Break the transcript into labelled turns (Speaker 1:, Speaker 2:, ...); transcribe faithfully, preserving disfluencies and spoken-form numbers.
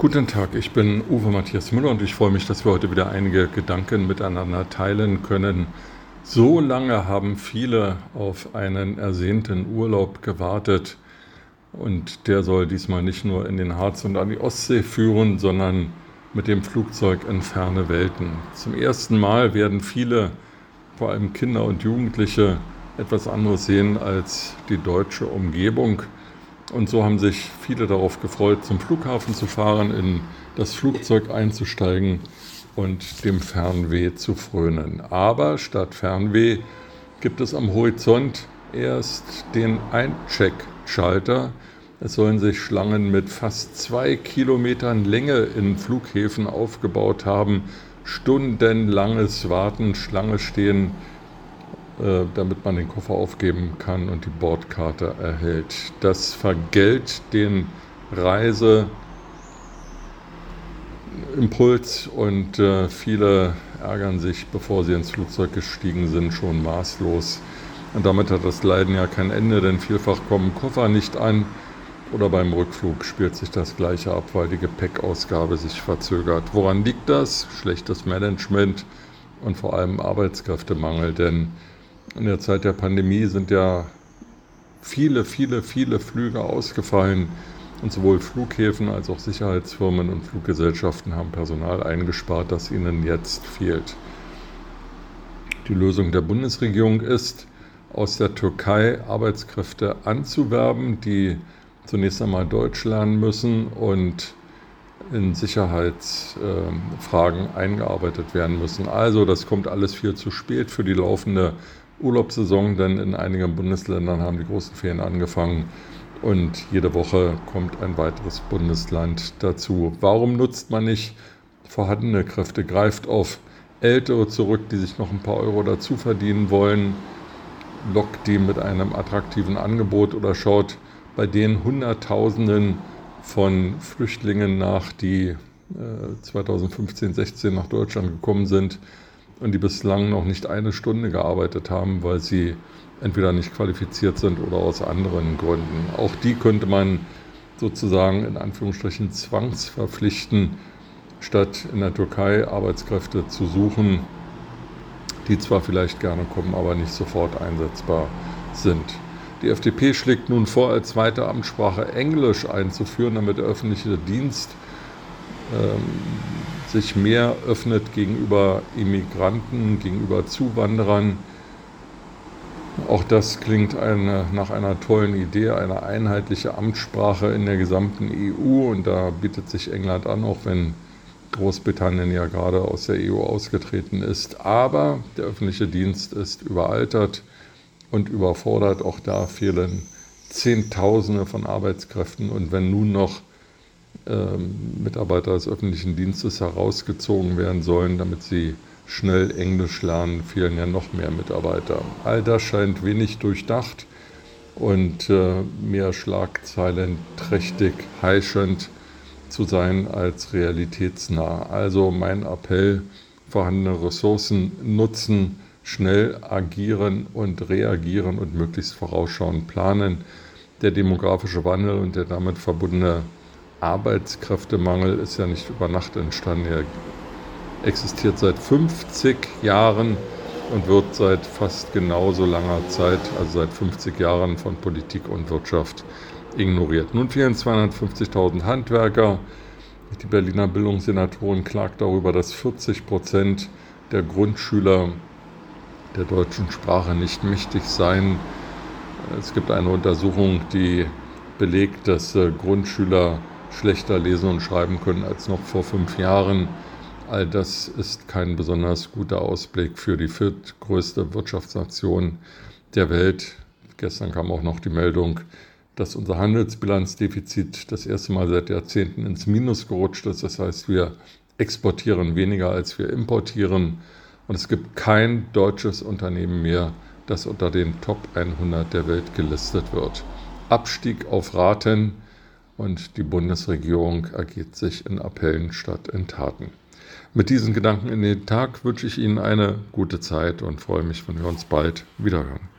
Speaker 1: Guten Tag, ich bin Uwe Matthias Müller und ich freue mich, dass wir heute wieder einige Gedanken miteinander teilen können. So lange haben viele auf einen ersehnten Urlaub gewartet und der soll diesmal nicht nur in den Harz und an die Ostsee führen, sondern mit dem Flugzeug in ferne Welten. Zum ersten Mal werden viele, vor allem Kinder und Jugendliche, etwas anderes sehen als die deutsche Umgebung. Und so haben sich viele darauf gefreut, zum Flughafen zu fahren, in das Flugzeug einzusteigen und dem Fernweh zu frönen. Aber statt Fernweh gibt es am Horizont erst den Eincheck-Schalter. Es sollen sich Schlangen mit fast zwei Kilometern Länge in Flughäfen aufgebaut haben. Stundenlanges Warten, Schlange stehen, damit man den Koffer aufgeben kann und die Bordkarte erhält. Das vergällt den Reiseimpuls und äh, viele ärgern sich, bevor sie ins Flugzeug gestiegen sind, schon maßlos. Und damit hat das Leiden ja kein Ende, denn vielfach kommen Koffer nicht an oder beim Rückflug spielt sich das Gleiche ab, weil die Gepäckausgabe sich verzögert. Woran liegt das? Schlechtes Management und vor allem Arbeitskräftemangel, denn in der Zeit der Pandemie sind ja viele, viele, viele Flüge ausgefallen und sowohl Flughäfen als auch Sicherheitsfirmen und Fluggesellschaften haben Personal eingespart, das ihnen jetzt fehlt. Die Lösung der Bundesregierung ist, aus der Türkei Arbeitskräfte anzuwerben, die zunächst einmal Deutsch lernen müssen und in Sicherheitsfragen eingearbeitet werden müssen. Also das kommt alles viel zu spät für die laufende Urlaubssaison, denn in einigen Bundesländern haben die großen Ferien angefangen und jede Woche kommt ein weiteres Bundesland dazu. Warum nutzt man nicht vorhandene Kräfte, greift auf Ältere zurück, die sich noch ein paar Euro dazu verdienen wollen, lockt die mit einem attraktiven Angebot oder schaut bei den Hunderttausenden von Flüchtlingen nach, die äh, zweitausendfünfzehn, sechzehn nach Deutschland gekommen sind und die bislang noch nicht eine Stunde gearbeitet haben, weil sie entweder nicht qualifiziert sind oder aus anderen Gründen. Auch die könnte man sozusagen in Anführungsstrichen zwangsverpflichten, statt in der Türkei Arbeitskräfte zu suchen, die zwar vielleicht gerne kommen, aber nicht sofort einsetzbar sind. Die F D P schlägt nun vor, als zweite Amtssprache Englisch einzuführen, damit der öffentliche Dienst ähm, sich mehr öffnet gegenüber Immigranten, gegenüber Zuwanderern. Auch das klingt eine, nach einer tollen Idee, eine einheitliche Amtssprache in der gesamten E U. Und da bietet sich England an, auch wenn Großbritannien ja gerade aus der E U ausgetreten ist. Aber der öffentliche Dienst ist überaltert und überfordert. Auch da fehlen Zehntausende von Arbeitskräften. Und wenn nun noch Mitarbeiter des öffentlichen Dienstes herausgezogen werden sollen, damit sie schnell Englisch lernen, fehlen ja noch mehr Mitarbeiter. All das scheint wenig durchdacht und äh, mehr schlagzeilenträchtig heischend zu sein als realitätsnah. Also mein Appell, vorhandene Ressourcen nutzen, schnell agieren und reagieren und möglichst vorausschauend planen. Der demografische Wandel und der damit verbundene Arbeitskräftemangel ist ja nicht über Nacht entstanden. Er existiert seit fünfzig Jahren und wird seit fast genauso langer Zeit, also seit fünfzig Jahren, von Politik und Wirtschaft ignoriert. Nun fehlen zweihundertfünfzigtausend Handwerker. Die Berliner Bildungssenatorin klagt darüber, dass vierzig Prozent der Grundschüler der deutschen Sprache nicht mächtig seien. Es gibt eine Untersuchung, die belegt, dass Grundschüler schlechter lesen und schreiben können als noch vor fünf Jahren. All das ist kein besonders guter Ausblick für die viertgrößte Wirtschaftsnation der Welt. Gestern kam auch noch die Meldung, dass unser Handelsbilanzdefizit das erste Mal seit Jahrzehnten ins Minus gerutscht ist. Das heißt, wir exportieren weniger, als wir importieren. Und es gibt kein deutsches Unternehmen mehr, das unter den Top hundert der Welt gelistet wird. Abstieg auf Raten. Und die Bundesregierung ergeht sich in Appellen statt in Taten. Mit diesen Gedanken in den Tag wünsche ich Ihnen eine gute Zeit und freue mich, wenn wir uns bald wiederhören.